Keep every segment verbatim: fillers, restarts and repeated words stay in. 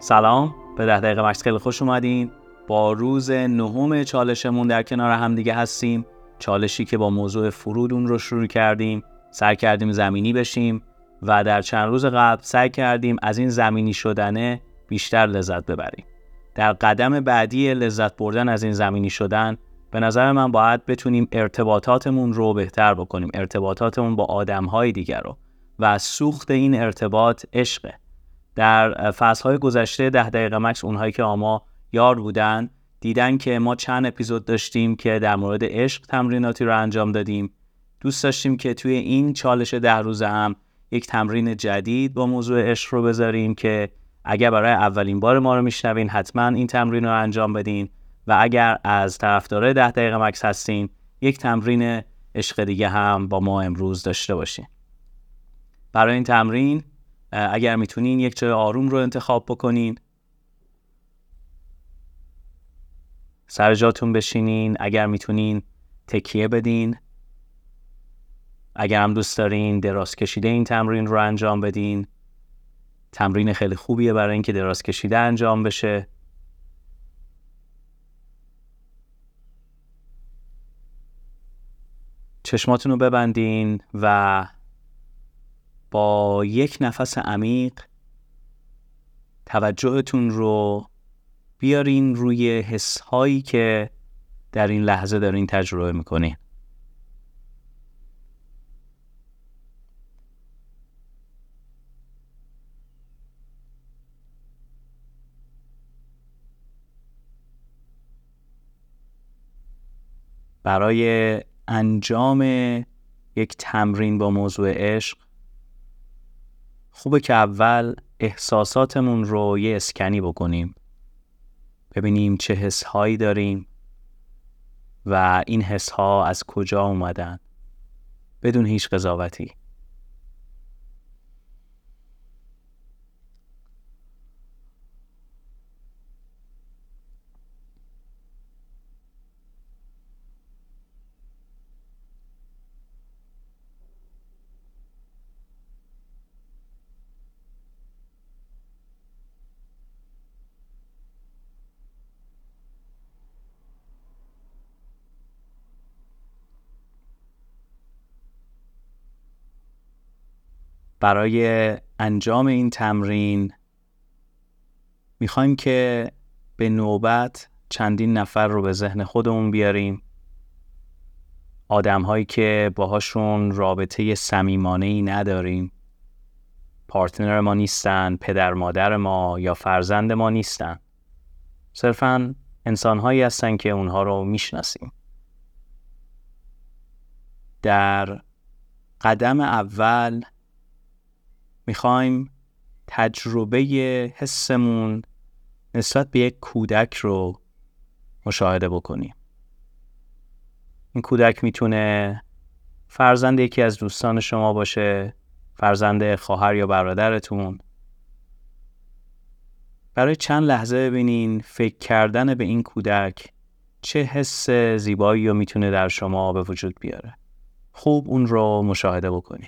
سلام، به ده دقیقه مکس خیلی خوش اومدین. با روز نهم چالشمون در کنار هم دیگه هستیم. چالشی که با موضوع فرود اون رو شروع کردیم، سعی کردیم زمینی بشیم و در چند روز قبل سعی کردیم از این زمینی شدنه بیشتر لذت ببریم. در قدم بعدی لذت بردن از این زمینی شدن، به نظر من باید بتونیم ارتباطاتمون رو بهتر بکنیم، ارتباطاتمون با آدم‌های دیگر رو، و سوخت این ارتباط عشقه. در فصل‌های گذشته ده دقیقه مکس، اونهایی که آما یار بودن دیدن که ما چند اپیزود داشتیم که در مورد عشق تمریناتی رو انجام دادیم. دوست داشتیم که توی این چالش ده روزه هم یک تمرین جدید با موضوع عشق رو بذاریم که اگر برای اولین بار ما رو میشنوین حتما این تمرین رو انجام بدین، و اگر از طرفدارای ده دقیقه مکس هستین یک تمرین عشق دیگه هم با ما امروز داشته باشین. برای این تمرین اگر میتونین یک جای آروم رو انتخاب بکنین، سر جاتون بشینین. اگر میتونین تکیه بدین. اگر هم دوست دارین دراز کشیده این تمرین رو انجام بدین. تمرین خیلی خوبیه برای اینکه دراز کشیده انجام بشه. چشماتون رو ببندین و با یک نفس عمیق توجهتون رو بیارین روی حس‌هایی که در این لحظه دارین تجربه میکنین. برای انجام یک تمرین با موضوع عشق خوبه که اول احساساتمون رو یه اسکنی بکنیم، ببینیم چه حس‌هایی داریم و این حس‌ها از کجا اومدن، بدون هیچ قضاوتی. برای انجام این تمرین میخوایم که به نوبت چندین نفر رو به ذهن خودمون بیاریم، آدم‌هایی که باهاشون رابطه صمیمانه‌ای نداریم، پارتنر ما نیستن، پدر مادر ما یا فرزند ما نیستن، صرفاً انسان‌هایی هستن که اونها رو میشناسیم. در قدم اول میخوایم تجربه حسمون نسبت به یک کودک رو مشاهده بکنیم. این کودک میتونه فرزند یکی از دوستان شما باشه، فرزند خواهر یا برادرتون. برای چند لحظه ببینین فکر کردن به این کودک چه حس زیبایی رو میتونه در شما به وجود بیاره. خوب اون رو مشاهده بکنین.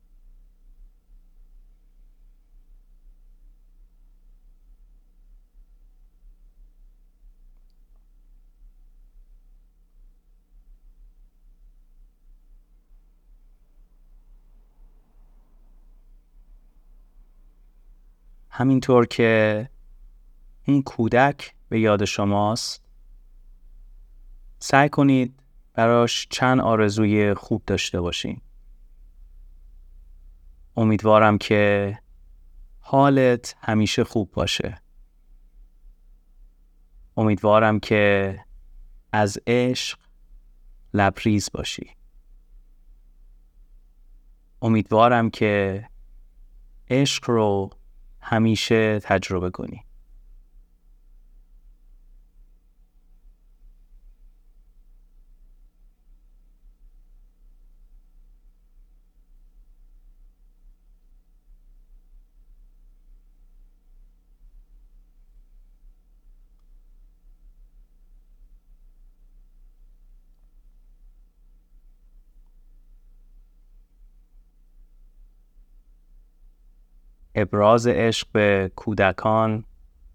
همینطور که این کودک به یاد شماست، سعی کنید براش چند آرزوی خوب داشته باشین. امیدوارم که حالت همیشه خوب باشه. امیدوارم که از عشق لبریز باشی. امیدوارم که عشق رو همیشه تجربه کنی. ابراز عشق به کودکان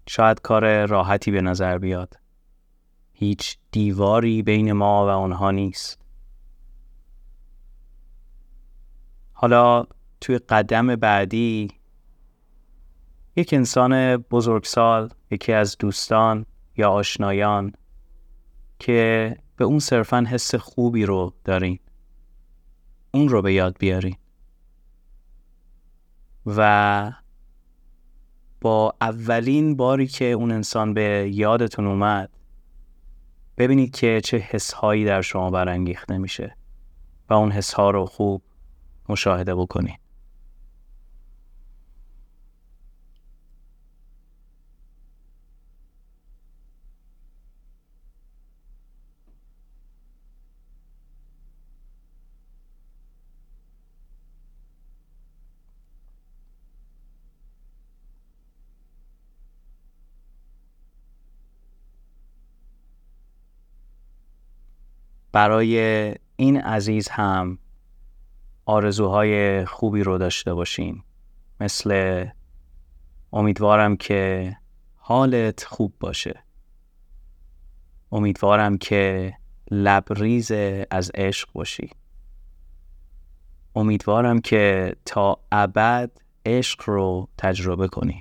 شاید کار راحتی به نظر بیاد. هیچ دیواری بین ما و اونها نیست. حالا توی قدم بعدی یک انسان بزرگسال، یکی از دوستان یا آشنایان که به اون صرفاً حس خوبی رو دارین، اون رو به یاد بیارین و با اولین باری که اون انسان به یادتون اومد ببینید که چه حس‌هایی در شما برانگیخته میشه و اون حس‌ها رو خوب مشاهده بکنید. برای این عزیز هم آرزوهای خوبی رو داشته باشین، مثل امیدوارم که حالت خوب باشه، امیدوارم که لبریز از عشق باشی، امیدوارم که تا ابد عشق رو تجربه کنی.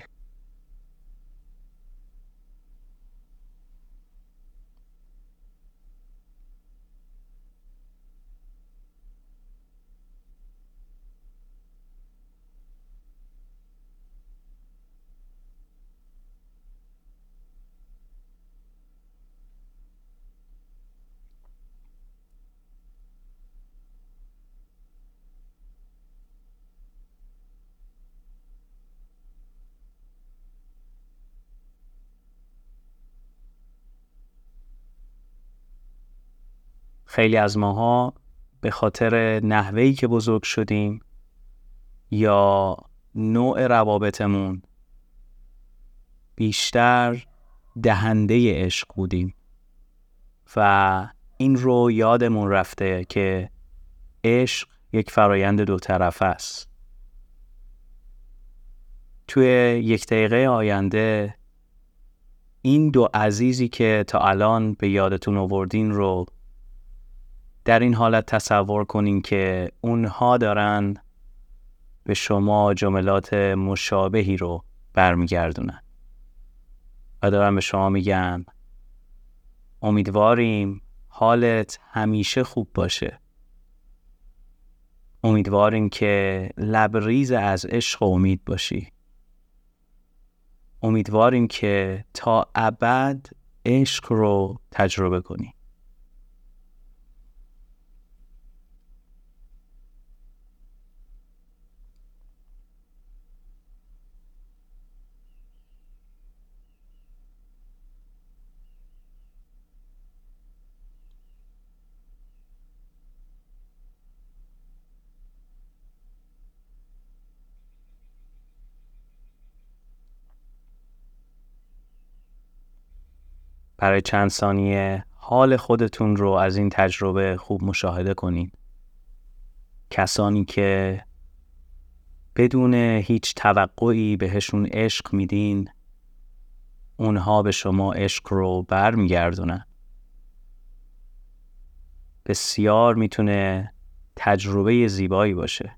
خیلی از ماها به خاطر نحوهی که بزرگ شدیم یا نوع روابطمون بیشتر دهنده عشق بودیم و این رو یادمون رفته که عشق یک فرایند دو طرفه است. توی یک دقیقه آینده این دو عزیزی که تا الان به یادتون آوردین رو در این حالت تصور کنین که اونها دارن به شما جملات مشابهی رو برمیگردونن و دارن به شما میگن امیدواریم حالت همیشه خوب باشه، امیدواریم که لبریز از عشق و امید باشی، امیدواریم که تا ابد عشق رو تجربه کنی. برای چند ثانیه حال خودتون رو از این تجربه خوب مشاهده کنین. کسانی که بدون هیچ توقعی بهشون عشق میدین، اونها به شما عشق رو برمیگردونن. بسیار میتونه تجربه زیبایی باشه.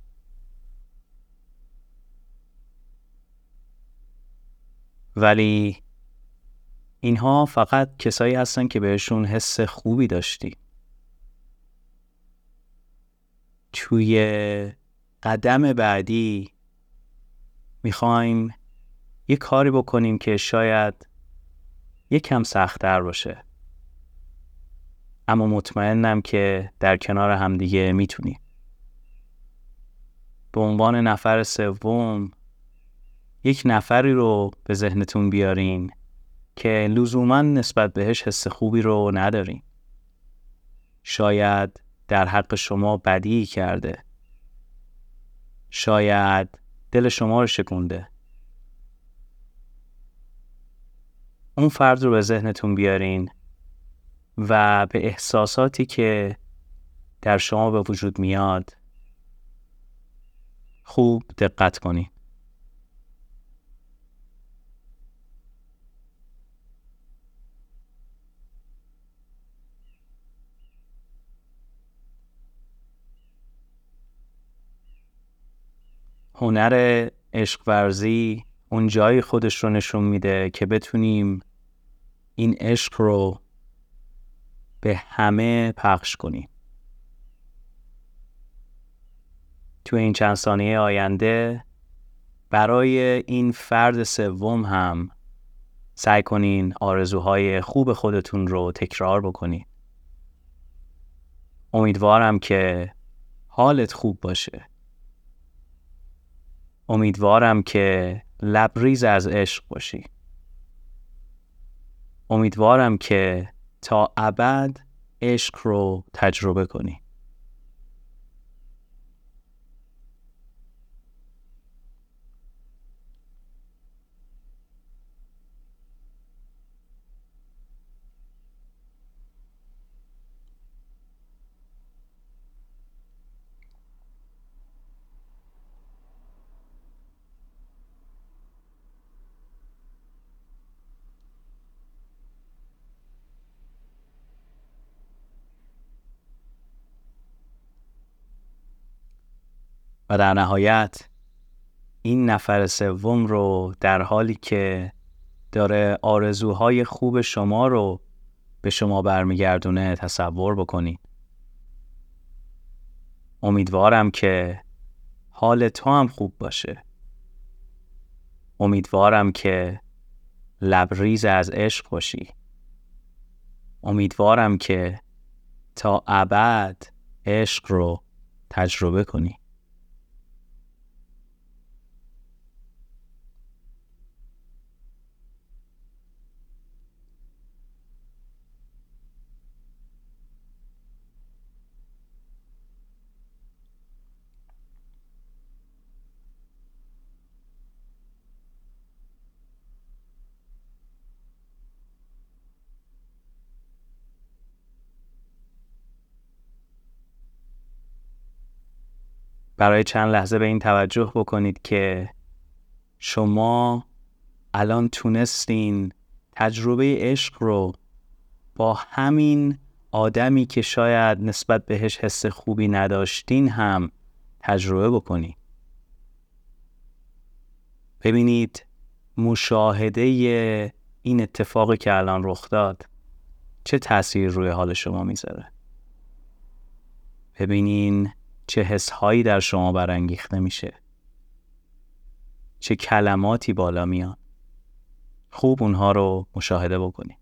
ولی اینها فقط کسایی هستن که بهشون حس خوبی داشتی. توی قدم بعدی میخوایم یه کاری بکنیم که شاید یکم سخت‌تر باشه، اما مطمئنم که در کنار همدیگه میتونیم. به عنوان نفر سوم یک نفری رو به ذهنتون بیارین که لزوماً نسبت بهش حس خوبی رو ندارین. شاید در حق شما بدی کرده، شاید دل شما رو شکونده. اون فرد رو به ذهنتون بیارین و به احساساتی که در شما به وجود میاد خوب دقت کنین. هنر عشق ورزی اون جای خودش رو نشون میده که بتونیم این عشق رو به همه پخش کنیم. تو این چند ثانیه آینده برای این فرد سوم هم سعی کنین آرزوهای خوب خودتون رو تکرار بکنین. امیدوارم که حالت خوب باشه. امیدوارم که لبریز از عشق باشی. امیدوارم که تا ابد عشق رو تجربه کنی. و در نهایت این نفر سوم رو در حالی که داره آرزوهای خوب شما رو به شما برمیگردونه تصور بکنید. امیدوارم که حال تو هم خوب باشه. امیدوارم که لبریز از عشق باشی. امیدوارم که تا ابد عشق رو تجربه کنی. برای چند لحظه به این توجه بکنید که شما الان تونستین تجربه عشق رو با همین آدمی که شاید نسبت بهش حس خوبی نداشتین هم تجربه بکنید. ببینید مشاهده این اتفاقی که الان رخ داد چه تأثیر روی حال شما میذاره. ببینین چه حس‌هایی در شما برانگیخته میشه. چه کلماتی بالا میان. خوب اونها رو مشاهده بکنید.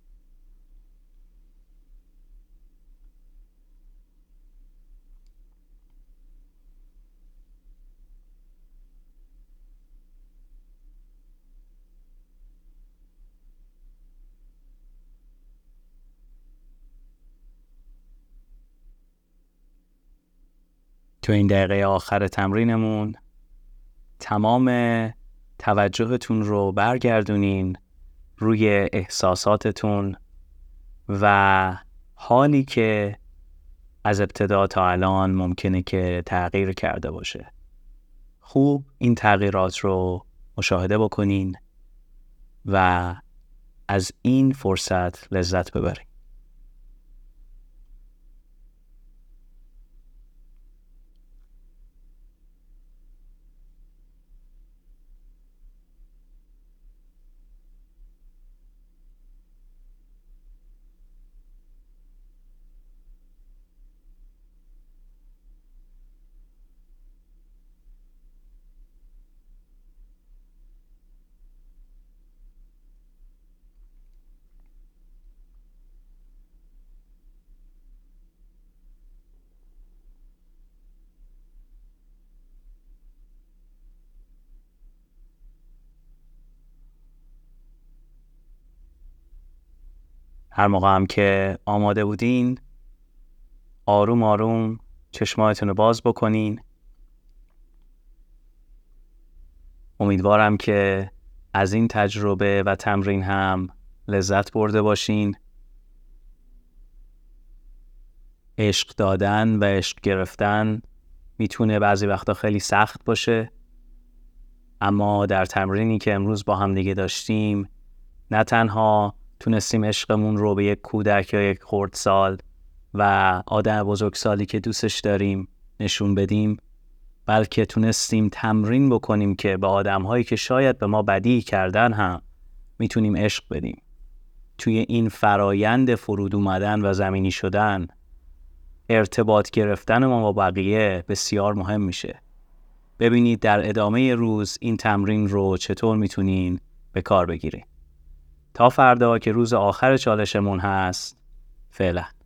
تو این دقیقه آخر تمرینمون تمام توجهتون رو برگردونین روی احساساتتون و حالی که از ابتدا تا الان ممکنه که تغییر کرده باشه. خوب این تغییرات رو مشاهده بکنین و از این فرصت لذت ببرین. هر موقع هم که آماده بودین آروم آروم چشماتون رو باز بکنین. امیدوارم که از این تجربه و تمرین هم لذت برده باشین. عشق دادن و عشق گرفتن میتونه بعضی وقتا خیلی سخت باشه، اما در تمرینی که امروز با هم دیگه داشتیم نه تنها تونستیم عشقمون رو به یک کودک یا یک خردسال و آدم بزرگسالی که دوستش داریم نشون بدیم، بلکه تونستیم تمرین بکنیم که به آدم‌هایی که شاید به ما بدی کردن هم میتونیم عشق بدیم. توی این فرایند فرود اومدن و زمینی شدن، ارتباط گرفتن ما با بقیه بسیار مهم میشه. ببینید در ادامه روز این تمرین رو چطور میتونین به کار بگیرین. تا فردا که روز آخر چالشمون هست، فعلا.